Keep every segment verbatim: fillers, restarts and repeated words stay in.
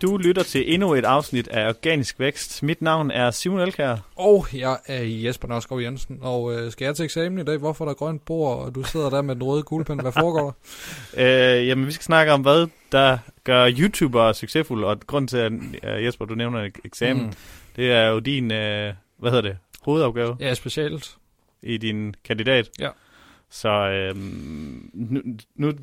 Du lytter til endnu et afsnit af Organisk Vækst. Mit navn er Simon Elkjær. Og jeg er Jesper Nørskov Jensen. Og øh, skal jeg til eksamen i dag? Hvorfor er der grønt bord, og du sidder der med den røde kuglepen? Hvad foregår der? øh, jamen, vi skal snakke om, hvad der gør YouTubere succesfulde. Og grund til, at uh, Jesper, du nævner eksamen, mm. det er jo din, uh, hvad hedder det, hovedopgave? Ja, specielt. I din kandidat. Ja. Så øhm, nu, nu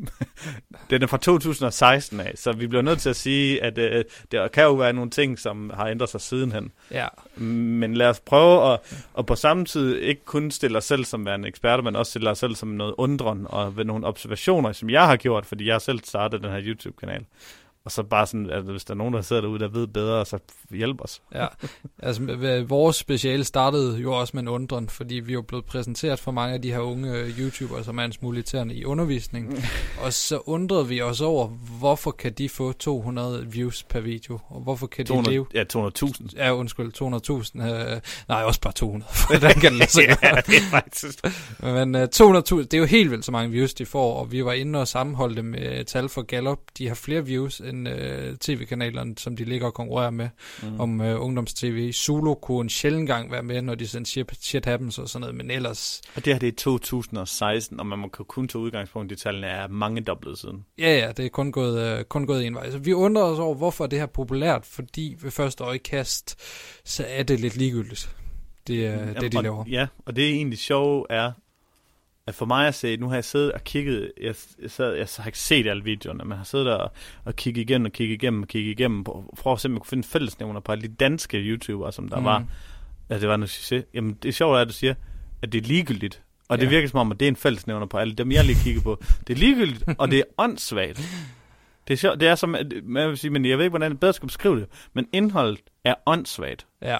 den er fra to tusind og seksten af, så vi bliver nødt til at sige, at øh, der kan jo være nogle ting, som har ændret sig sidenhen. Ja. Men lad os prøve at, at på samme tid ikke kun stille os selv som værende eksperter, men også stille os selv som noget undren og ved nogle observationer, som jeg har gjort, fordi jeg selv startede den her YouTube-kanal. Og så bare sådan, at hvis der er nogen, der sidder derude, der ved bedre, så hjælp os. Ja, altså vores speciale startede jo også med en undren, fordi vi er jo blevet præsenteret for mange af de her unge YouTubere, som er en smule irriterende i undervisning. Og så undrede vi os over, hvorfor kan de få to hundrede views per video? Og hvorfor kan de to hundrede, leve... Ja, to hundrede tusind. Ja, undskyld, to hundrede tusind. Øh, nej, også bare to hundrede. Hvordan kan det lade sig gøre? Ja, det er faktisk... Men uh, to hundrede tusind, det er jo helt vildt så mange views, de får, og vi var inde og sammenholde med tal for Gallup. De har flere views end Uh, tv-kanalerne, som de ligger og konkurrerer med mm. om uh, ungdoms-tv. Zulu kunne en sjældent gang være med, når de sendte shit, shit happens og sådan noget, men ellers... Og det her, det er to tusind og seksten, og man må kun tage udgangspunkt i tallene, er mange dobbelt siden. Ja, ja, det er kun gået, uh, kun gået en vej. Så vi undrer os over, hvorfor det her er populært, fordi ved første øjekast, så er det lidt ligegyldigt, det, uh, Jamen, det de og, laver. Ja, og det er egentlig sjovt er, at for mig at se, nu har jeg siddet og kigget, jeg, jeg, sad, jeg har ikke set alle videoerne, men har siddet der og, og kigget igennem og kigget igennem og kigget igennem, for at simpelthen kunne finde fællesnævner på alle de danske YouTubere, som der mm. var. Ja, det var noget succes. Jamen, det er sjovt, at du siger, at det er ligegyldigt. Og ja. Det virker som om, at det er en fællesnævner på alle dem, jeg lige kigger på. Det er ligegyldigt, og det er åndssvagt. Det er sjovt, det er som, man vil sige, men jeg ved ikke, hvordan jeg bedre skal beskrive det, men indholdet er åndssvagt. Ja.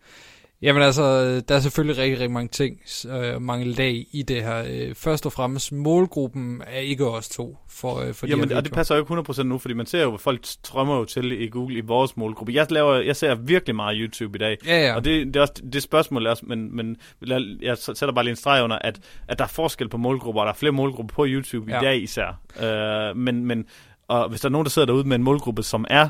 Jamen altså, der er selvfølgelig rigtig, rigtig mange ting, øh, mange lag i det her. Øh, først og fremmest, målgruppen er ikke os to for, øh, for Jamen, de her og det passer jo ikke hundrede procent nu, fordi man ser jo, at folk strømmer jo til i Google i vores målgruppe. Jeg, laver, jeg ser virkelig meget YouTube i dag, ja, ja. og det, det er også det spørgsmål, også, men, men jeg sætter bare lige en streg under, at, at der er forskel på målgrupper, og der er flere målgrupper på YouTube ja. i dag især. Øh, men, men og hvis der er nogen, der sidder derude med en målgruppe, som er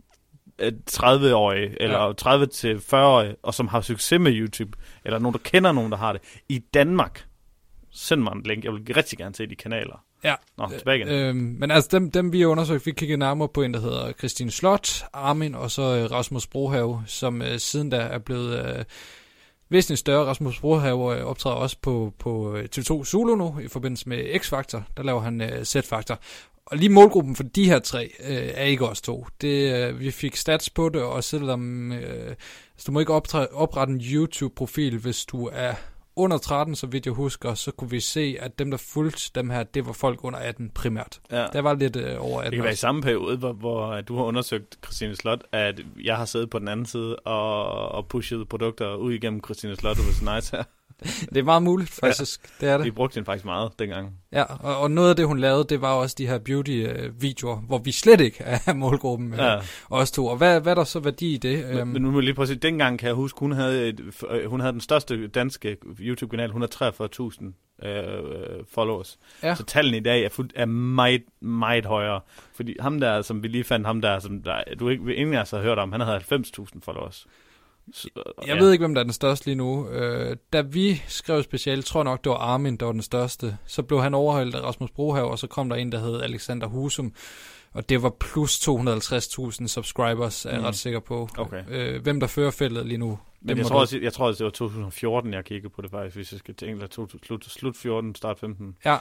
tredive-årige, eller ja. tredive til fyrre-årige, og som har succes med YouTube, eller nogen, der kender nogen, der har det, i Danmark, send mig en link. Jeg vil rigtig gerne se de kanaler. Ja. Nå, tilbage igen. Øh, men altså, dem, dem vi har undersøgt, vi kiggede nærmere på en, der hedder Christine Slot, Armin, og så øh, Rasmus Brohave, som øh, siden da er blevet øh, væsentligt større. Rasmus Brohave øh, optræder også på, på T V to Zulu nu, i forbindelse med X-Factor. Der laver han øh, Z-Factor. Og lige målgruppen for de her tre øh, er ikke os to. Det, øh, vi fik stats på det, og selvom øh, du må ikke optræ- oprette en YouTube-profil, hvis du er under tretten, så vidt jeg husker, så kunne vi se, at dem, der fulgte dem her, det var folk under atten primært. Ja. Der var lidt øh, over atten. Det kan være i samme periode, hvor, hvor du har undersøgt Christine Slot, at jeg har siddet på den anden side og, og pushet produkter ud igennem Christine Slot, og hvis nice her. Det er meget muligt, faktisk. Ja, det er det. Vi brugte den faktisk meget dengang. Ja, og, og noget af det, hun lavede, det var også de her beauty-videoer, hvor vi slet ikke er målgruppen, ja. øh, os to. Og hvad, hvad er der så værdi i det? Men, men nu må jeg lige prøve at sige, dengang kan jeg huske, hun havde, et, hun havde den største danske YouTube-kanal, hun har treogfyrre tusind øh, followers. Ja. Så tallene i dag er, fuld, er meget, meget højere. Fordi ham der, som vi lige fandt, ham der, som der, du ikke, ingen af os har hørt om, han havde halvfems tusind followers. Så, jeg ja. ved ikke, hvem der er den største lige nu. Øh, da vi skrev specielt, tror jeg nok, det var Armin, der var den største. Så blev han overholdt af Rasmus Brohave, og så kom der en, der hed Alexander Husum. Og det var plus to hundrede og halvtreds tusind subscribers, er jeg mm. ret sikker på. Okay. Øh, hvem der fører feltet lige nu? Men jeg tror, også, jeg tror, det var to tusind og fjorten, jeg kiggede på det faktisk, hvis jeg skal tænke, eller slut, slut fjorten, start femten. Ja.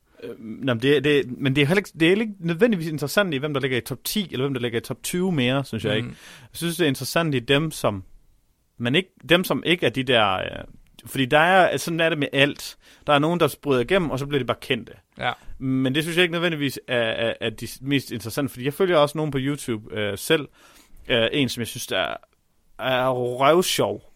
Nå, men, det, det, men det er heller ikke, det er ikke nødvendigvis interessant i, hvem der ligger i top ti, eller hvem der ligger i top tyve mere, synes jeg mm. ikke. Jeg synes, det er interessant i dem, som men ikke dem, som ikke er de der... Øh, fordi der er, sådan er det med alt. Der er nogen, der bryder igennem, og så bliver de bare kendte. Ja. Men det synes jeg ikke nødvendigvis er, er, er de mest interessante, fordi jeg følger også nogen på YouTube øh, selv. Øh, en, som jeg synes er, er røvsjov.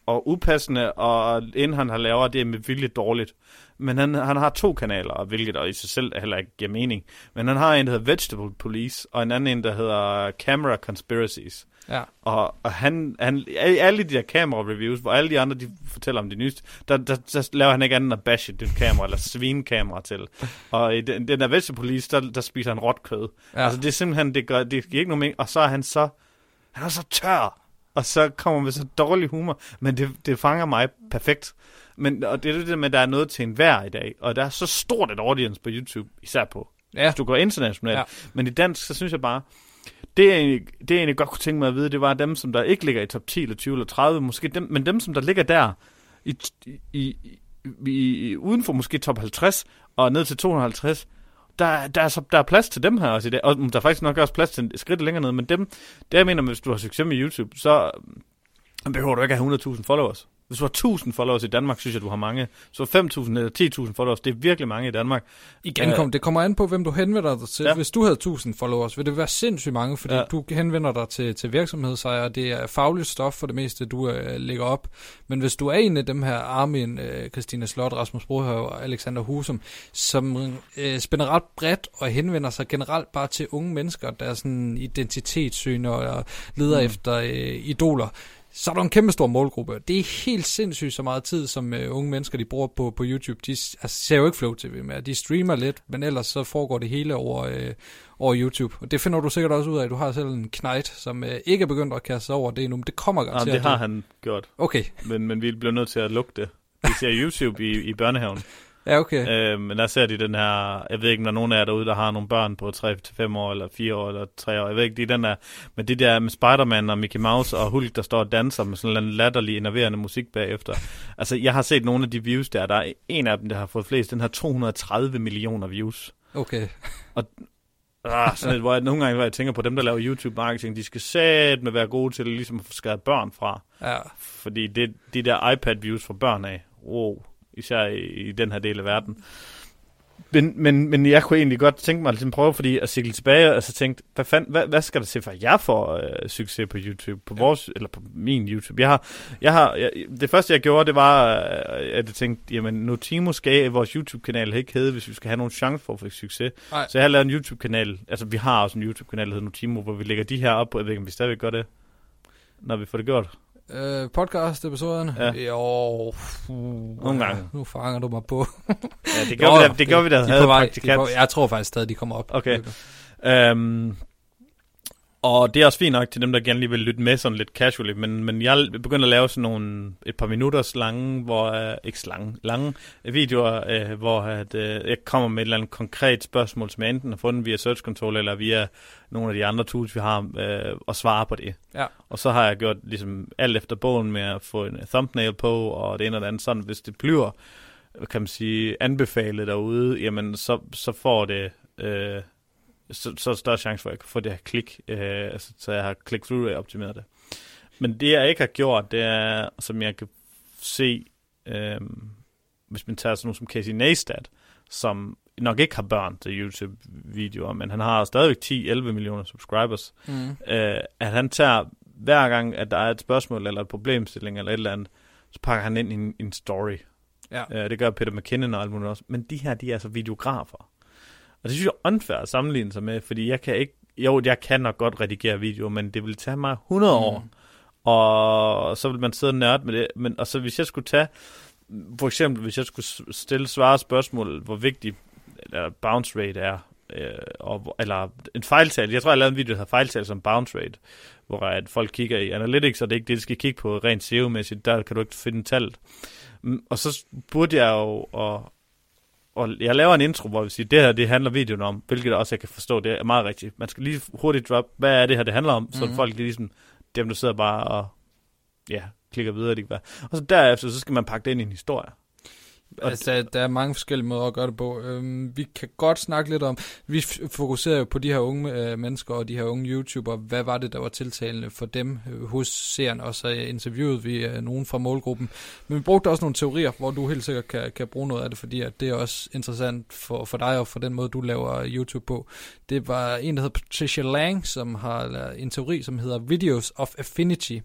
og upassende, og inden han har lavet det er med vilje dårligt. Men han, han har to kanaler, hvilket og i sig selv heller ikke giver mening. Men han har en, der hedder Vegetable Police, og en anden en, der hedder Camera Conspiracies. Ja. Og, og han, han, alle de der camera-reviews, hvor alle de andre, de fortæller om det nyeste, der, der, der laver han ikke andet end at bashe det kamera, eller svine kamera til. Og i den, den der Vegetable Police, der, der spiser han råt kød. Ja. Altså det er simpelthen, det gør, det giver ikke nogen mening. Og så er han så, han er så tør. Og så kommer med så dårlig humor, men det, det fanger mig perfekt. Men, og det er det der med, at der er noget til enhver i dag, og der er så stort et audience på YouTube, især på, ja. Hvis du går internationalt. Ja. Men i dansk, så synes jeg bare, det jeg, egentlig, det jeg egentlig godt kunne tænke mig at vide, det var dem, som der ikke ligger i top ti eller tyve eller tredive, måske dem, men dem, som der ligger der, i, i, i, i, uden for måske top halvtreds, og ned til to hundrede og halvtreds, Der, der, er så, der er plads til dem her også i dag, og der er faktisk nok også plads til et skridt længere ned, men dem, det jeg mener, hvis du har succes med YouTube, så behøver du ikke have hundrede tusind followers. Hvis du har tusind followers i Danmark, synes jeg, du har mange. Så fem tusind eller ti tusind followers, det er virkelig mange i Danmark. Igen, kom, det kommer an på, hvem du henvender dig til. Ja. Hvis du havde tusind followers, vil det være sindssygt mange, fordi ja. Du henvender dig til, til virksomhedsejere. Det er fagligt stof for det meste, du uh, lægger op. Men hvis du er en af dem her, Armin, uh, Christina Slot, Rasmus Brohave og Alexander Husum, som uh, spænder ret bredt og henvender sig generelt bare til unge mennesker, der er sådan identitetssøgende og leder mm. efter uh, idoler, så er der en kæmpe stor målgruppe. Det er helt sindssygt så meget tid, som uh, unge mennesker, de bruger på, på YouTube. De altså, ser jo ikke Flow T V med. De streamer lidt, men ellers så foregår det hele over, uh, over YouTube. Og det finder du sikkert også ud af. Du har selv en knejt, som uh, ikke er begyndt at kaste sig over det endnu, men det kommer garanteret. Ja, det har det. Han gjort. Okay. Men, men vi bliver nødt til at lukke det. Vi ser YouTube i, i børnehaven. Ja, okay. Øh, men der ser de den her, jeg ved ikke, når nogen af jer derude, der har nogle børn på tre til fem år, eller fire år, eller tre år, jeg ved ikke, det er den der, men det der med Spider-Man og Mickey Mouse og Hulk, der står og danser med sådan en latterlig, innoverende musik bagefter. Altså, jeg har set nogle af de views der, der er en af dem, der har fået flest, den har to hundrede og tredive millioner views. Okay. Og ah, sådan et, hvor jeg nogle gange, hvor jeg tænker på dem, der laver YouTube-marketing, de skal satme være gode til ligesom at få skæret børn fra. Ja. Fordi det, de der iPad-views for børn af, wow, især i, i den her del af verden. Men, men, men jeg kunne egentlig godt tænke mig at prøve, fordi at cykle tilbage, og så tænkte, hvad, fand, hvad, hvad skal der til for, at jeg får øh, succes på YouTube, på vores, eller på min YouTube? Jeg har, jeg har, jeg, det første jeg gjorde, det var, øh, at jeg tænkte, jamen, Notimo skal vores YouTube-kanal ikke hedde, hvis vi skal have nogen chance for at få succes. Ej. Så jeg har lavet en YouTube-kanal, altså vi har også en YouTube-kanal, der hedder Notimo, hvor vi lægger de her op på, jeg ved ikke, om vi stadigvæk gør det, når vi får det gjort. Øh, podcast-episoderne? Ja. Jo. Uh, Nogle gange. Nu fanger du mig på. Ja, det gør Nå, vi da, det, det gør vi da. De havde praktikant. De jeg tror faktisk stadig, de kommer op. Okay. Um, og det er også fint nok til dem, der gerne lige vil lytte med sådan lidt casually, men, men jeg begynder at lave sådan nogle et par minutters lange, hvor, uh, ikke lange, lange videoer, uh, hvor at, uh, jeg kommer med et eller andet konkret spørgsmål, som jeg enten har fundet via Search Console, eller via nogle af de andre tools, vi har, uh, og svare på det. Ja. Og så har jeg gjort ligesom alt efter bogen med at få en thumbnail på, og det ene og det andet sådan, hvis det bliver, kan man sige, anbefalet derude, jamen så, så får det... Uh, Så, så er der større chance for, at jeg kan få det her klik, øh, altså, så jeg har click-through optimeret det. Men det, jeg ikke har gjort, det er, som jeg kan se, øh, hvis man tager sådan noget som Casey Neistat, som nok ikke har børn til YouTube-videoer, men han har stadigvæk ti til elleve millioner subscribers, mm. øh, at han tager, hver gang, at der er et spørgsmål, eller et problemstilling, eller et eller andet, så pakker han ind i en, en story. Ja. Øh, det gør Peter McKinnon og alt muligt også. Men de her, de er altså videografer. Og det synes jeg er unfair at sammenligne sig med, fordi jeg kan ikke, jo, jeg kan nok godt redigere videoer, men det vil tage mig hundrede år, mm. og så vil man sidde og nørde med det. Men og så hvis jeg skulle tage, for eksempel hvis jeg skulle stille svare spørgsmål, hvor vigtig eller bounce rate er, øh, og, eller en fejltal. Jeg tror, jeg lavede en video, der hedder fejltal som bounce rate, hvor at folk kigger i analytics, og det er ikke det, de skal kigge på rent S E O-mæssigt, der kan du ikke finde tallet. Og så burde jeg jo... Og, Og jeg laver en intro, hvor vi siger, det her, det handler videoen om, hvilket også jeg kan forstå, det er meget rigtigt. Man skal lige hurtigt droppe, hvad er det her, det handler om, så mm-hmm. folk ligesom, dem der sidder bare og, ja, klikker videre, det kan være. Og så derefter, så skal man pakke det ind i en historie. Altså, der, der er mange forskellige måder at gøre det på. Øhm, vi kan godt snakke lidt om, vi f- fokuserer jo på de her unge øh, mennesker og de her unge YouTubere. Hvad var det, der var tiltalende for dem øh, hos seeren? Og så interviewede vi øh, nogen fra målgruppen. Men vi brugte også nogle teorier, hvor du helt sikkert kan, kan bruge noget af det, fordi at det er også interessant for, for dig og for den måde, du laver YouTube på. Det var en, der hedder Patricia Lang, som har en teori, som hedder Videos of Affinity.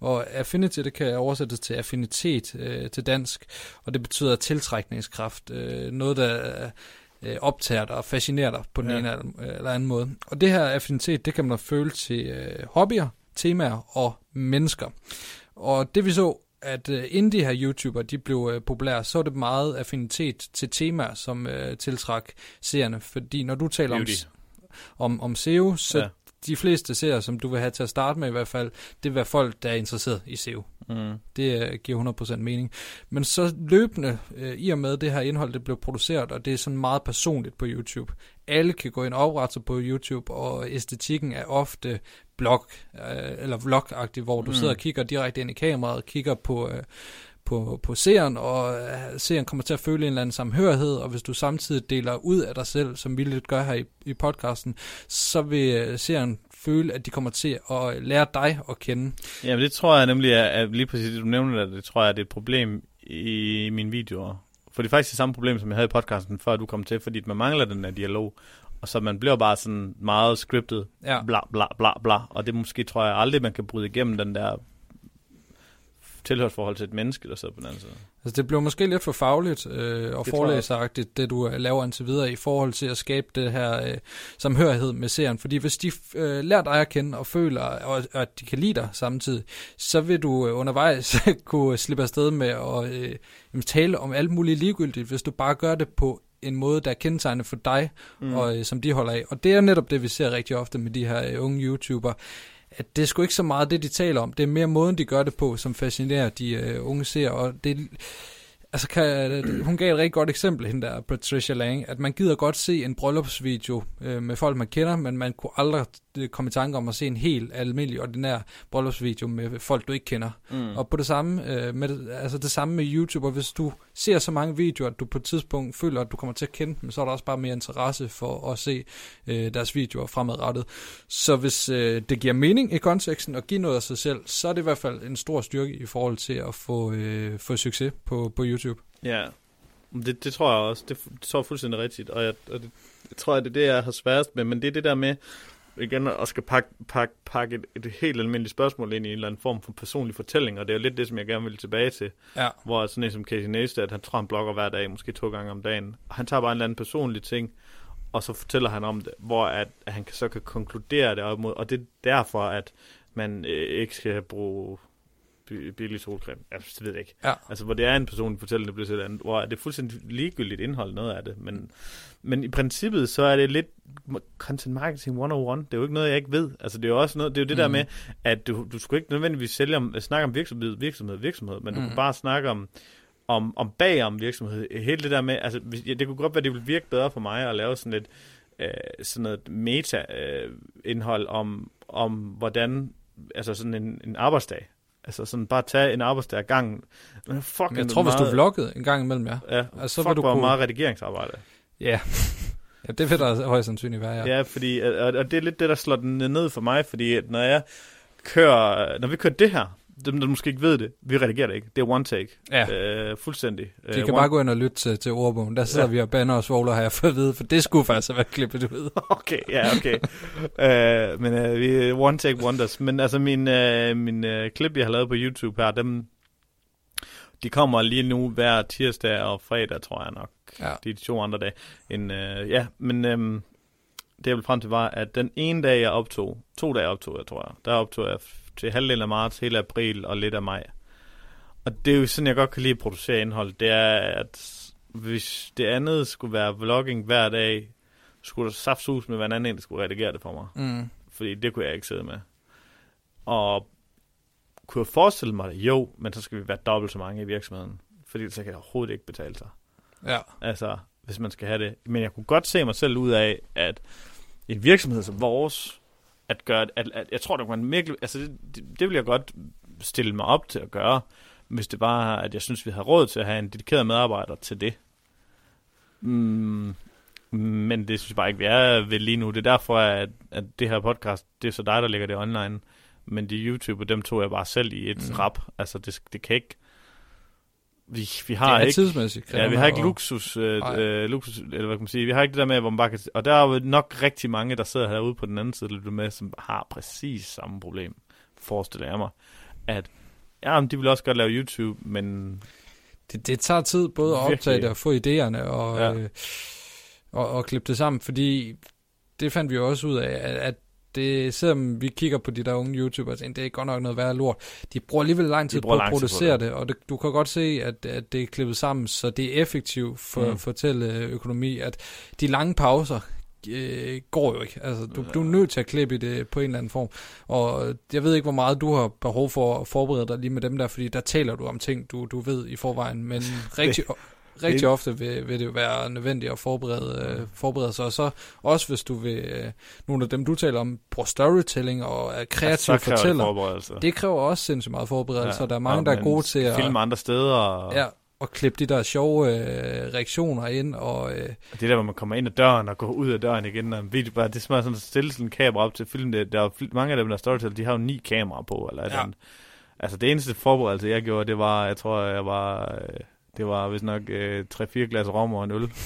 Og affinity, det kan oversættes til affinitet øh, til dansk, og det betyder tiltrækningskraft. Øh, noget, der øh, optager dig og fascinerer dig på den ja. ene eller anden måde. Og det her affinitet, det kan man føle til øh, hobbyer, temaer og mennesker. Og det vi så, at øh, inden de her YouTubere, de blev øh, populære, så er det meget affinitet til temaer, som øh, tiltræk seerne. Fordi når du taler om, om, om S E O, så ja. de fleste seere, som du vil have til at starte med i hvert fald, det vil være folk, der er interesseret i S E O. Mm. Det øh, giver hundrede procent mening. Men så løbende, øh, i og med det her indhold, det blev produceret, og det er sådan meget personligt på YouTube. Alle kan gå ind og oprette sig på YouTube, og æstetikken er ofte blog, øh, eller vlog-agtig, hvor du mm. sidder og kigger direkte ind i kameraet, kigger på... Øh, på, på seeren, og uh, seeren kommer til at føle en eller anden samhørighed, og hvis du samtidig deler ud af dig selv, som vi lidt gør her i, i podcasten, så vil uh, seeren føle, at de kommer til at lære dig at kende. Jamen det tror jeg nemlig, er, at lige præcis det du nævner, det, det tror jeg, det er et problem i mine videoer. For det er faktisk det samme problem, som jeg havde i podcasten, før du kom til, fordi man mangler den der dialog, og så man bliver bare sådan meget scriptet, ja. bla bla bla bla, og det måske tror jeg aldrig, man kan bryde igennem den der tilhørsforhold til et menneske, der sidder på den anden side. Altså det blev måske lidt for fagligt øh, og forelæsagtigt, det du laver indtil videre, i forhold til at skabe det her øh, samhørighed med seeren. Fordi hvis de øh, lærer dig at kende og føler, og, og at de kan lide dig samtidig, så vil du øh, undervejs kunne slippe afsted med at øh, tale om alt muligt ligegyldigt, hvis du bare gør det på en måde, der er kendetegnet for dig, mm. og øh, som de holder af. Og det er netop det, vi ser rigtig ofte med de her øh, unge YouTubere, at det er sgu ikke så meget det, de taler om. Det er mere måden, de gør det på, som fascinerer de øh, unge seere. Og det, altså kan, hun gav et rigtig godt eksempel, hende der, Patricia Lang, at man gider godt se en bryllupsvideo øh, med folk, man kender, men man kunne aldrig komme i tanke om at se en helt almindelig, ordinær bryllupsvideo med folk, du ikke kender. Mm. Og på det samme, øh, med, altså det samme med YouTube, og hvis du ser så mange videoer, at du på et tidspunkt føler, at du kommer til at kende dem, så er der også bare mere interesse for at se øh, deres videoer fremadrettet. Så hvis øh, det giver mening i konteksten at give noget af sig selv, så er det i hvert fald en stor styrke i forhold til at få, øh, få succes på, på YouTube. Ja, det, det tror jeg også. Det, det tror jeg fuldstændig rigtigt, og, jeg, og det, det tror jeg, det er det, jeg har sværest med, men det er det der med, igen, at skal pakke, pakke, pakke et, et helt almindeligt spørgsmål ind i en eller anden form for personlig fortælling, og det er jo lidt det, som jeg gerne vil tilbage til, ja. Hvor sådan en som Casey Neistat, han tror, han blogger hver dag, måske to gange om dagen, og han tager bare en eller anden personlig ting, og så fortæller han om det, hvor at, at han så kan konkludere det op mod, og det er derfor, at man øh, ikke skal bruge billig solcreme. Altså, det ved jeg ikke. Ja. Altså, hvor det er en personlig fortælling, der bliver sådan andet, hvor det er fuldstændig ligegyldigt indhold, noget af det. Men, men i princippet, så er det lidt content marketing et nul et. Det er jo ikke noget, jeg ikke ved. Altså, det er jo også noget, det er jo det mm. der med, at du, du skulle ikke nødvendigvis sælge om, snakke om virksomhed, virksomhed, virksomhed, men du mm. kan bare snakke om, om, om bagom virksomhed. Hele det der med, altså, det kunne godt være, det ville virke bedre for mig at lave sådan lidt, øh, sådan noget meta-indhold øh, om, om, hvordan, altså sådan en, en arbejdsdag. Altså sådan bare tage en arbejdsdag ad gangen. Men fuck, jeg tror, hvis meget... du vloggede en gang imellem, ja. Ja, altså, så fuck, vil du kunne... meget redigeringsarbejde. Ja, ja det vil der højst sandsynligt være, ja. Ja, fordi, og, og det er lidt det, der slår den ned for mig, fordi når jeg kører, når vi kører det her, dem der måske ikke ved det, vi redigerer det ikke. Det er one take. Ja. Øh, fuldstændig. De kan one... bare gå ind og lytte til, til ordbogen. Der sidder ja. vi og banner og svogler, har jeg fået at vide, for det skulle faktisk have været klippet ud. Okay, ja, okay. øh, men øh, vi er one take wonders. Men altså min, øh, min øh, klip, jeg har lavet på YouTube her, dem, de kommer lige nu hver tirsdag og fredag, tror jeg nok. Ja. De er de to andre dage. En, øh, ja, men øh, det jeg vil frem til var, at den ene dag, jeg optog, to dage optog jeg, tror jeg, der optog jeg til halvdelen af marts, hele april og lidt af maj. Og det er jo sådan, jeg godt kan lide at producere indhold. Det er, at hvis det andet skulle være vlogging hver dag, skulle der saftsus med, hvad en anden der skulle redigere det for mig. Mm. Fordi det kunne jeg ikke sidde med. Og kunne jeg forestille mig det? Jo, men så skal vi være dobbelt så mange i virksomheden. Fordi så kan det overhovedet ikke betale sig. Ja. Altså, hvis man skal have det. Men jeg kunne godt se mig selv ud af, at en virksomhed som vores, at gøre, at, at jeg tror, det kunne være virkelig, altså det, det, det vil jeg godt stille mig op til at gøre, hvis det var, at jeg synes, vi havde råd til at have en dedikeret medarbejder til det. Mm, men det synes jeg bare ikke, vi er ved lige nu. Det er derfor, at, at det her podcast, det er så dig, der lægger det online, men de YouTube, dem tog jeg bare selv i et mm. rap. Altså, det, det kan ikke, vi, vi har ikke tidsmæssigt. Ja, vi har ikke og... luksus, øh, øh, luksus, eller hvad kan man sige, vi har ikke det der med, hvor man bare kan, og der er jo nok rigtig mange, der sidder herude på den anden side med, som har præcis samme problem, forestiller jeg mig, at ja, de vil også godt lave YouTube, men... Det, det tager tid både at optage det og få idéerne og, ja. øh, og, og klippe det sammen, fordi det fandt vi jo også ud af, at, at det, selvom vi kigger på de der unge YouTubere, det er godt nok noget værre lort. De bruger alligevel lang tid de på at producere det. det, og det, du kan godt se, at, at det er klippet sammen, så det er effektivt for mm. at fortælle økonomi, at de lange pauser øh, går jo ikke. Altså, du, du er nødt til at klippe i det på en eller anden form. Og jeg ved ikke, hvor meget du har behov for at forberede dig lige med dem der, fordi der taler du om ting, du, du ved i forvejen, men rigtig... Rigtig det, ofte vil, vil det jo være nødvendigt at forberede, øh, forberede sig, og så også hvis du vil, øh, nogle af dem du taler om, bruger storytelling og er kreative ja, fortæller, det, det kræver også sindssygt meget forberedelse, ja, der er mange, der er gode til at filme andre steder, og, ja, og klippe de der sjove øh, reaktioner ind, og, øh, og det der, hvor man kommer ind ad døren og går ud af døren igen, og en video, bare, det er sådan at stille sådan en kamera op til film, det, der er mange af dem, der storyteller, de har jo ni kameraer på, eller ja. den, altså det eneste forberedelse, jeg gjorde, det var, jeg tror, jeg var... Øh, Det var vist nok øh, tre fire glas rom og en øl.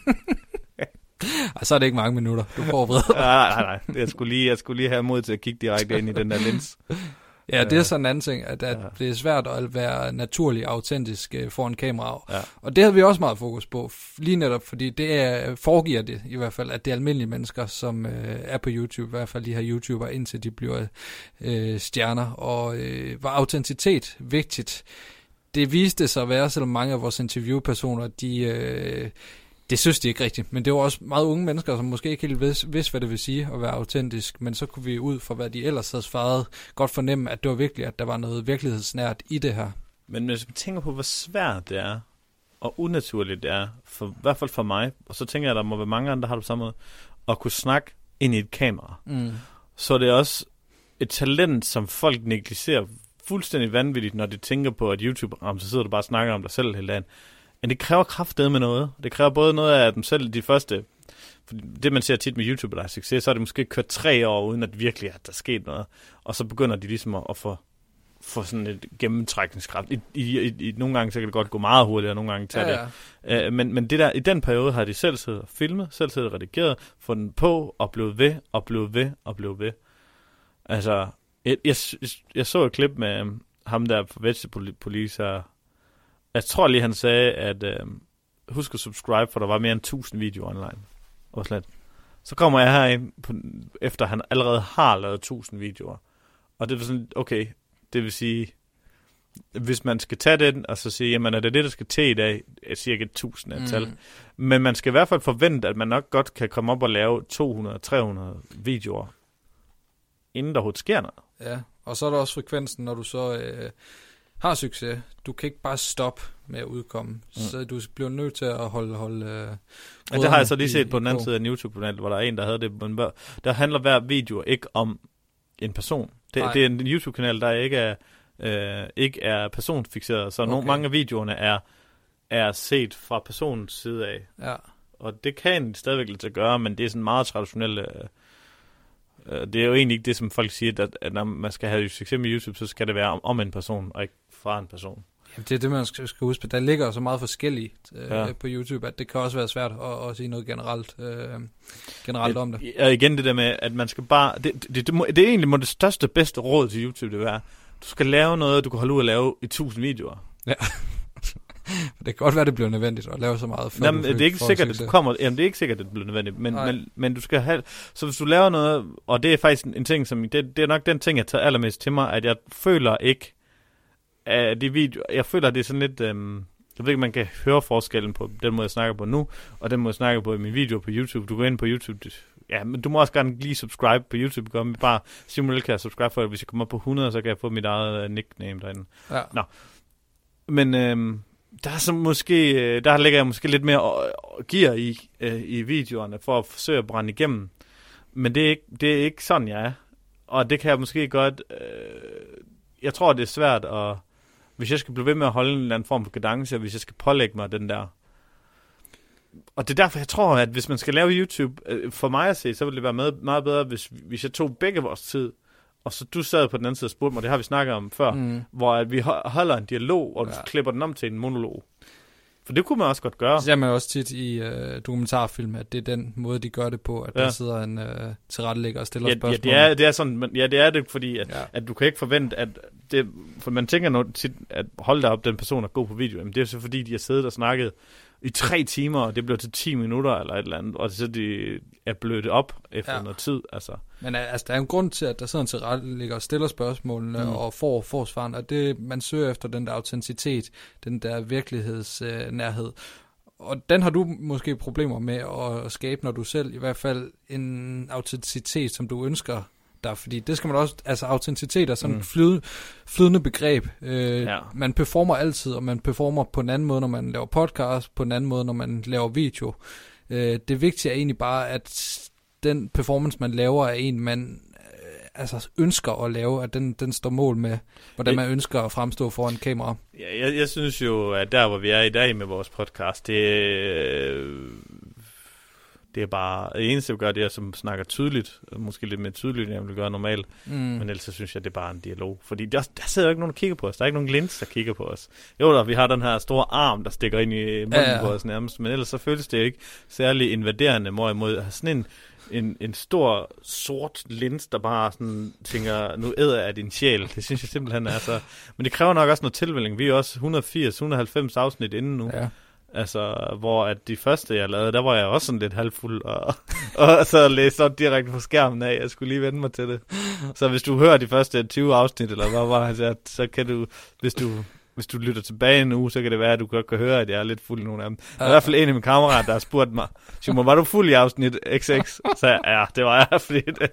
Og så er det ikke mange minutter, du forbereder. nej, nej, nej. Jeg skulle, lige, jeg skulle lige have mod til at kigge direkte ind i den der lens. Ja, det er sådan en anden ting, at, at ja. det er svært at være naturlig og autentisk øh, foran kamera. Ja. Og det havde vi også meget fokus på, lige netop, fordi det er, foregiver det i hvert fald, at det er almindelige mennesker, som øh, er på YouTube, i hvert fald de her YouTuber, indtil de bliver øh, stjerner. Og øh, var autenticitet vigtigt? Det viste sig at være, selvom mange af vores interviewpersoner, de, øh, det synes de ikke rigtigt. Men det var også meget unge mennesker, som måske ikke helt vidste, vidste, hvad det vil sige at være autentisk. Men så kunne vi ud fra, hvad de ellers havde svaret, godt fornemme, at det var virkelig, at der var noget virkelighedsnært i det her. Men hvis man tænker på, hvor svært det er, og unaturligt det er, for, i hvert fald for mig, og så tænker jeg, at der må være mange andre, der har det på samme måde, at kunne snakke ind i et kamera. Mm. Så det er også et talent, som folk negligerer fuldstændig vanvittigt, når de tænker på, at YouTube, så sidder du bare og snakker om dig selv hele dagen. Men det kræver kraftedeme med noget. Det kræver både noget af dem selv, de første... For det, man ser tit med YouTube, der er succes, så er det måske kørt tre år, uden at virkelig at der er sket noget. Og så begynder de ligesom at, at få, få sådan et gennemtrækningskraft. I, i, i, i, nogle gange så kan det godt gå meget hurtigt, og nogle gange tage ja, ja. det. Uh, men men det der, i den periode har de selv siddet og filmet, selv siddet og redigeret, fundet på, og blevet ved, og blevet ved, og blevet ved. Altså... Jeg, jeg, jeg så et klip med um, ham der på Vegetable Police, og jeg tror lige, han sagde, at um, husk at subscribe, for der var mere end tusind videoer online. Og slet. Så kommer jeg herind, på, efter han allerede har lavet tusind videoer. Og det var sådan, okay, det vil sige, hvis man skal tage den, og så sige, jamen er det det, der skal til i dag, er cirka tusind antal. Mm. Men man skal i hvert fald forvente, at man nok godt kan komme op og lave to hundrede til tre hundrede videoer, inden der overhovedet sker noget. Ja, og så er der også frekvensen, når du så øh, har succes. Du kan ikke bare stoppe med at udkomme, mm. så du bliver nødt til at holde... holde øh, ja, det har jeg så lige set i, på den anden side af en YouTube-kanal, hvor der er en, der havde det. Men der handler hver video ikke om en person. Det, det er en YouTube-kanal, der ikke er, øh, ikke er personfixeret, så okay. nogle, mange af videoerne er, er set fra personens side af. Ja. Og det kan stadigvæk lidt at gøre, men det er sådan meget traditionelt... Øh, Det er jo egentlig ikke det, som folk siger, at, at når man skal have succes med YouTube, så skal det være om, om en person, og ikke fra en person. Jamen, det er det, man skal, skal huske. Der ligger så meget forskelligt øh, ja. på YouTube, at det kan også være svært at, at sige noget generelt, øh, generelt det, om det. Og igen det der med, at man skal bare... Det, det, det, må, det er egentlig må det største, bedste råd til YouTube, det være, du skal lave noget, du kan holde ud at lave i tusind videoer. Ja. Det kan godt være, det bliver nødvendigt at lave så meget. Før jamen, det er ikke sikkert, at du kommer. Jamen, det er ikke sikkert, at det bliver nødvendigt. Men, men, men du skal have. Så hvis du laver noget, og det er faktisk en, en ting, som det, det er nok den ting, jeg tager allermest til mig, at jeg føler ikke, at de videoer. Jeg føler, at det er sådan lidt. Øhm, jeg ved ikke, man kan høre forskellen på den måde, jeg snakker på nu, og den måde, jeg snakker på i min video på YouTube. Du går ind på YouTube. Ja, men du må også gerne lige subscribe på YouTube. Gør mig bare simpelthen kan jeg subscribe for, hvis jeg kommer på hundrede, så kan jeg få mit eget uh, nickname derinde. Ja. Nå. Men øhm, der er så måske, der lægger jeg måske lidt mere gear i, øh, i videoerne, for at forsøge at brænde igennem. Men det er ikke, det er ikke sådan, jeg er. Og det kan jeg måske godt... Øh, jeg tror, det er svært at... Hvis jeg skal blive ved med at holde en eller anden form for kadence, og hvis jeg skal pålægge mig den der... Og det er derfor, jeg tror, at hvis man skal lave YouTube, øh, for mig at se, så ville det være meget, meget bedre, hvis, hvis jeg tog begge vores tid, og så du sad på den anden side og spurgte mig, det har vi snakket om før, mm. hvor at vi holder en dialog, og du ja. klipper den om til en monolog. For det kunne man også godt gøre. Det ser man også tit i øh, dokumentarfilm, at det er den måde, de gør det på, at ja. der sidder en øh, tilrettelægger og stiller ja, spørgsmål. Ja, det er, det er sådan, men, ja, det er det, fordi at, ja. at du kan ikke forvente, at det, for man tænker noget tit, at hold da op, den person er god på video, men det er så fordi, de har siddet og snakket i tre timer, og det bliver til ti minutter eller et eller andet, og så de er blødt op efter ja. noget tid. Altså. Men altså, der er en grund til, at der sidder en tilrettelægger og stiller spørgsmålene mm. og får, får svaren, og det, man søger efter den der autenticitet, den der virkelighedsnærhed. Øh, og den har du måske problemer med at skabe, når du selv i hvert fald en autenticitet, som du ønsker der, fordi det skal man også, altså autenticitet er sådan mm. et flyd, flydende begreb. Øh, ja. Man performer altid, og man performer på en anden måde, når man laver podcast, på en anden måde, når man laver video. Øh, det vigtige er egentlig bare, at den performance, man laver, er en, man øh, altså ønsker at lave, at den, den står mål med, hvordan man ønsker at fremstå foran kamera. Ja, jeg, jeg synes jo, at der, hvor vi er i dag med vores podcast, det øh, det er bare, det eneste, vi gør, det er, som snakker tydeligt, måske lidt mere tydeligt, end jeg vil gøre normalt, mm. men ellers så synes jeg, det er bare en dialog, fordi der, der sidder jo ikke nogen, der kigger på os, der er ikke nogen lins, der kigger på os. Jo da, vi har den her store arm, der stikker ind i munden ja, ja. på os nærmest, men ellers så føles det ikke særlig invaderende, hvorimod at have sådan en, en, en stor sort lins, der bare sådan tænker, nu æder jeg din sjæl, det synes jeg simpelthen er så, men det kræver nok også noget tilvælling, vi er også et hundrede og firs til et hundrede og halvfems afsnit inden nu. Ja. Altså, hvor at de første, jeg lavede, der var jeg også sådan lidt halvfuld, og, og så læste jeg direkte på skærmen af, jeg skulle lige vende mig til det. Så hvis du hører de første tyve afsnit, eller hvad var det, så kan du, hvis du, hvis du lytter tilbage en uge, så kan det være, at du godt kan høre, at jeg er lidt fuld i nogle af dem. Der er i hvert fald en af mine kammerater, der har spurgt mig, Simon, var du fuld i afsnit X X? Så jeg, ja, det var jeg, fordi det...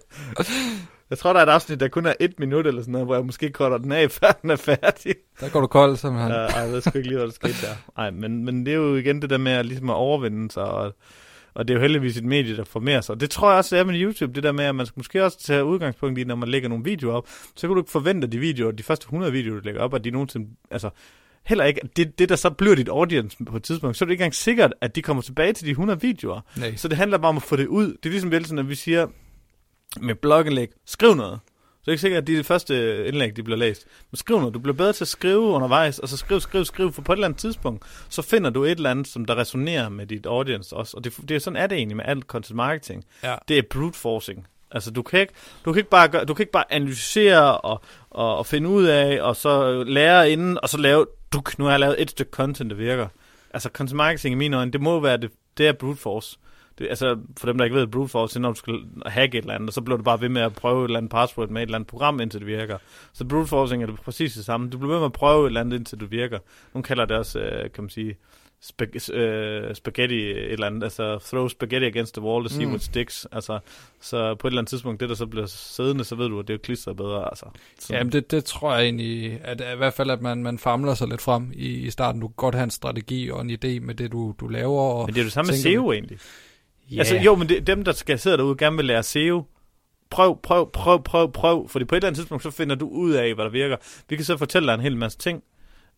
Jeg tror, der er et afsnit, der kun er et minut eller sådan noget, hvor jeg måske korter den af, før den er færdig. Der går du kold, simpelthen. Ja, ej, jeg ved sgu ikke lige, hvad der skete der. Ej, men, men det er jo igen det der med at, ligesom at overvinde sig, og, og det er jo heldigvis et medie, der formerer sig. Og det tror jeg også, det er med YouTube, det der med, at man skal måske også tage udgangspunkt i, når man lægger nogle videoer op, så kan du ikke forvente, at de videoer, de første hundrede videoer, du lægger op, at de nogensinde, altså, heller ikke, det, det der så bliver dit audience på et tidspunkt, så er det ikke engang sikkert, at de kommer tilbage til de hundrede videoer. Nej. Så det handler bare om at få det ud. Det er ligesom vel sådan, at vi siger, med blogindlæg, skriv noget. Så det er ikke sikkert, at de første indlæg, de bliver læst. Men skriv noget. Du bliver bedre til at skrive undervejs, og så skriv, skriv, skriv, for på et eller andet tidspunkt, så finder du et eller andet, som der resonerer med dit audience også. Og det, det er sådan er det egentlig med alt content marketing. Ja. Det er brute forcing. Altså, du kan ikke, du kan ikke bare gøre, du kan ikke bare analysere og, og, og finde ud af, og så lære inden, og så lave, du, nu har jeg lavet et stykke content, der virker. Altså, content marketing i mine øjne, det må være, det, det er brute force. Det, altså, for dem, der ikke ved, brute force, når du skal hacke et eller andet, og så bliver du bare ved med at prøve et eller andet password med et eller andet program, indtil det virker. Så brute forcing er det præcis det samme. Du bliver ved med at prøve et eller andet, indtil det virker. Nogle kalder det også, øh, kan man sige, spag- øh, spaghetti et eller andet, altså throw spaghetti against the wall to see mm. what sticks. Altså, så på et eller andet tidspunkt, det der så bliver siddende, så ved du, at det er klistret bedre. Altså. Jamen, det, det tror jeg egentlig, at, at i hvert fald, at man, man famler sig lidt frem i, i starten. Du kan godt have en strategi og en idé med det, du, du laver. Og men det er jo det samme med S E O egentlig. Yeah. Altså jo, men det, dem, der skal sidde derude, gerne vil lære S E O, prøv, prøv, prøv, prøv, prøv, fordi på et eller andet tidspunkt, så finder du ud af, hvad der virker. Vi kan så fortælle dig en hel masse ting,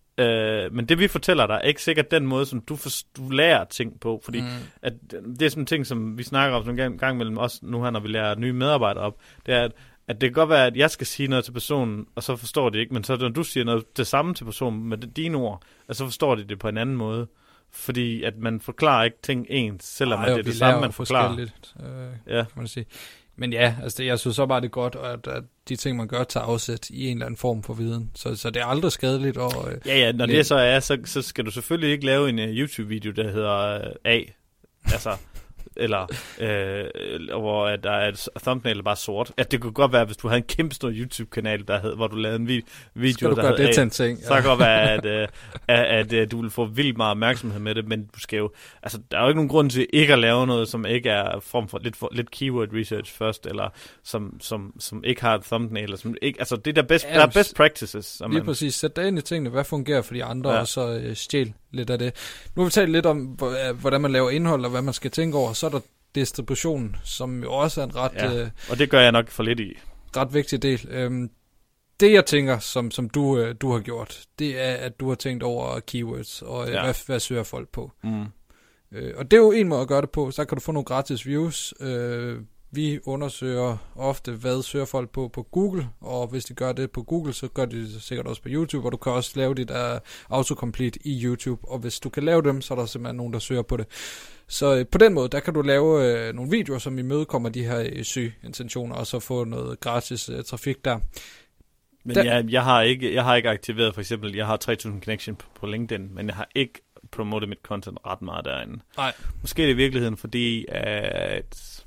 øh, men det vi fortæller dig, er ikke sikkert den måde, som du, for, du lærer ting på, fordi mm. at, det er sådan en ting, som vi snakker om sådan en gang, gang mellem os nu her, når vi lærer nye medarbejdere op, det er, at, at det kan godt være, at jeg skal sige noget til personen, og så forstår de ikke, men så når du siger noget det samme til personen med dine ord, og så forstår de det på en anden måde. Fordi at man forklarer ikke ting ens, selvom Ej, jo, det er det samme, man forklarer. Øh, ja. Kan man sige. Men ja, altså det, jeg synes så bare, det er godt, at, at de ting, man gør, tager afsæt i en eller anden form for viden. Så, så det er aldrig skadeligt. Og, øh, ja, ja, når det så er, så, så skal du selvfølgelig ikke lave en uh, YouTube-video, der hedder uh, A. Altså... eller øh, hvor at der er et thumbnail bare sort. At det kunne godt være, hvis du havde en kæmpe stor YouTube-kanal, der hed, hvor du lavede en vi- video, der det til en ting. Ja. Så kan det godt være, at, øh, at, at, at du vil få vildt meget opmærksomhed med det, men du skal jo, altså der er jo ikke nogen grund til ikke at lave noget, som ikke er form for lidt, for, lidt keyword research først, eller som, som, som ikke har et thumbnail, eller som ikke, altså det der best, ja, der er best practices. Lige man, præcis, sæt dig ind i tingene, hvad fungerer for de andre, ja. Og så øh, stjæl lidt af det. Nu har vi talt lidt om, hvordan man laver indhold, og hvad man skal tænke over. Så er der distribution, som jo også er en ret... Ja, øh, og det gør jeg nok for lidt i. Ret vigtig del. Øhm, det jeg tænker, som, som du, øh, du har gjort, det er, at du har tænkt over keywords, og øh, ja. hvad, hvad søger folk på. Mm. Øh, og det er jo en måde at gøre det på. Så kan du få nogle gratis views, øh, Vi undersøger ofte, hvad søger folk på på Google, og hvis de gør det på Google, så gør de det sikkert også på YouTube, og du kan også lave dit uh, autocomplete i YouTube, og hvis du kan lave dem, så er der simpelthen nogen, der søger på det. Så uh, på den måde, der kan du lave uh, nogle videoer, som imødekommer de her uh, søgeintentioner, og så få noget gratis uh, trafik der. Men der... jeg, jeg, har ikke, jeg har ikke aktiveret, for eksempel, jeg har tre tusind connection på, på LinkedIn, men jeg har ikke promotet mit content ret meget derinde. Nej. Måske er det i virkeligheden, fordi at...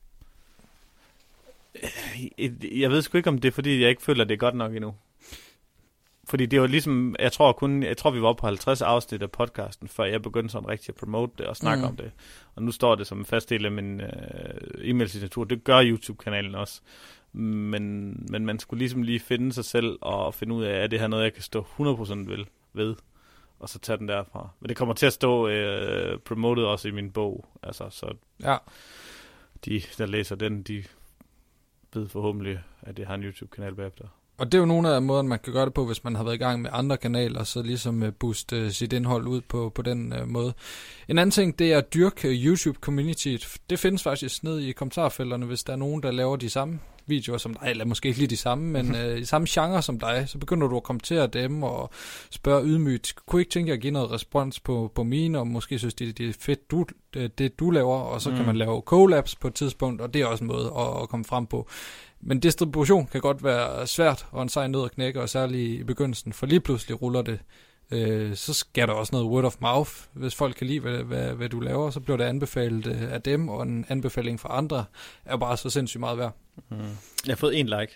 Jeg ved sgu ikke, om det er, fordi jeg ikke føler, at det er godt nok endnu. Fordi det var ligesom, jeg tror kun, jeg tror vi var oppe på halvtreds afsnit af podcasten, før jeg begyndte sådan rigtig at promote det og snakke mm. om det. Og nu står det som en fast del af min uh, e-mail-signatur. Det gør YouTube-kanalen også. Men, men man skulle ligesom lige finde sig selv og finde ud af, at det her noget, jeg kan stå hundrede procent ved, ved, og så tage den derfra. Men det kommer til at stå uh, promotet også i min bog. Altså, så ja. De, der læser den, de ved forhåbentlig, at det har en YouTube-kanal bagefter. Og det er jo nogle af måderne, man kan gøre det på, hvis man har været i gang med andre kanaler, så ligesom uh, booste uh, sit indhold ud på, på den uh, måde. En anden ting, det er at dyrke YouTube-communityet. Det findes faktisk ned i kommentarfelterne, hvis der er nogen, der laver de samme videoer som dig, eller måske ikke lige de samme, men uh, i samme genre som dig, så begynder du at kommentere dem og spørge ydmygt. Kunne ikke tænke jer at give noget respons på, på mine, og måske synes de, det er fedt, du, det, det du laver, og så mm. kan man lave collabs på et tidspunkt, og det er også en måde at, at komme frem på. Men distribution kan godt være svært, og en sej nød at knække, og særligt i begyndelsen, for lige pludselig ruller det. Øh, så sker der også noget word of mouth. Hvis folk kan lide, hvad, hvad, hvad du laver, så bliver det anbefalet øh, af dem, og en anbefaling fra andre er bare så sindssygt meget værd. Mm. Jeg har fået en like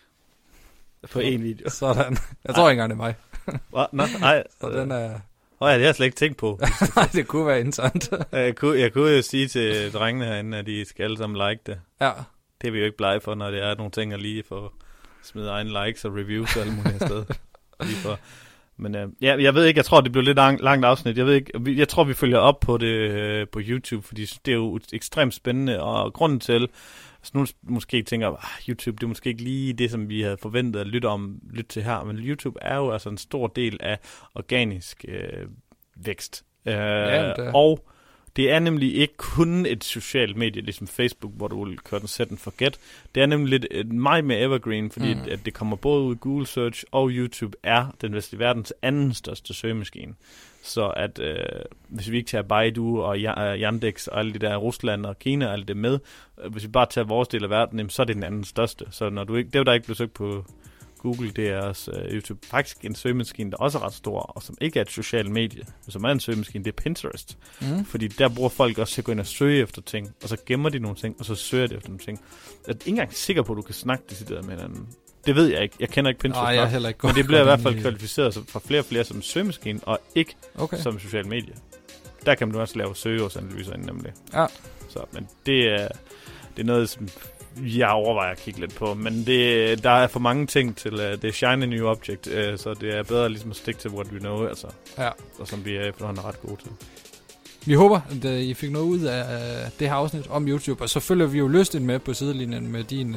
på en video. Sådan. Jeg tror ikke engang, det er mig. What? No, nej. Så den er... Åh ja, det har jeg slet ikke tænkt på. Nej, det kunne være interessant. jeg, kunne, jeg kunne jo sige til drengene herinde, at de skal alle sammen like det. Ja. Det er vi jo ikke blege for, når det er nogle ting at lige få smide egne likes og reviews og alle mulige steder. Lige for. Men øh, ja, jeg ved ikke, jeg tror, det bliver lidt lang, langt afsnit. Jeg ved ikke, jeg tror, vi følger op på det øh, på YouTube, fordi det er jo ekstremt spændende, og grunden til, altså nu måske tænker, ah, YouTube, det er måske ikke lige det, som vi havde forventet at lytte, om, lytte til her, men YouTube er jo altså en stor del af organisk øh, vækst. Øh, ja, det og det er nemlig ikke kun et socialt medie, ligesom Facebook, hvor du vil køre den set and forget. Det er nemlig lidt meget mere evergreen, fordi mm. at det kommer både ud i Google Search, og YouTube er den vestlige verdens anden største søgemaskine. Så at øh, hvis vi ikke tager Baidu og Yandex og alle de der Rusland og Kina og alt det med, øh, hvis vi bare tager vores del af verden, jamen, så er det den anden største. Så når du ikke, det er jo der ikke blevet søgt på Google, det er også uh, YouTube. Faktisk en søgemaskine, der også er ret stor, og som ikke er et socialt medie, men som er en søgemaskine, det er Pinterest. Mm. Fordi der bruger folk også til at gå ind og søge efter ting, og så gemmer de nogle ting, og så søger de efter nogle ting. Jeg er ikke engang sikker på, at du kan snakke decideret med hinanden. Det ved jeg ikke. Jeg kender ikke Pinterest. Nej, jeg er heller ikke. Men det bliver i hvert fald kvalificeret for flere og flere som søgemaskine, og ikke okay. som social medie. Der kan man også lave søgeårsanalyser inden nemlig. Ja. Så, men det er, det er noget, som jeg overvejer at kigge lidt på, men det, der er for mange ting til, uh, det er shiny new object, uh, så det er bedre ligesom at stick til what we know, altså. Ja. Og som vi er efterhånden ret gode til. Vi håber, at uh, I fik noget ud af uh, det her afsnit om YouTube, og så følger vi jo lysten med på sidelinjen med din, uh,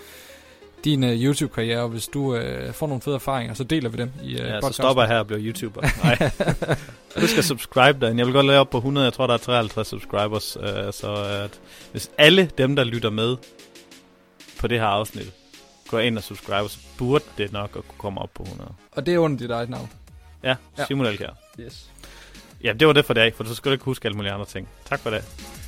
din uh, YouTube-karriere, og hvis du uh, får nogle fede erfaringer, så deler vi dem i uh, ja, podcasten. Så stopper jeg her og bliver YouTuber. Nej. Husk at subscribe derinde. Jeg vil godt lave op på hundrede, jeg tror der er treoghalvtreds subscribers, uh, så at hvis alle dem, der lytter med på det her afsnit, går ind og subscribe, så burde det nok at kunne komme op på hundrede. Og det er under dit eget navn. Ja, ja. Simon Elkjær. Yes. Ja, det var det for i dag, for så skal du ikke huske alle mulige andre ting. Tak for det.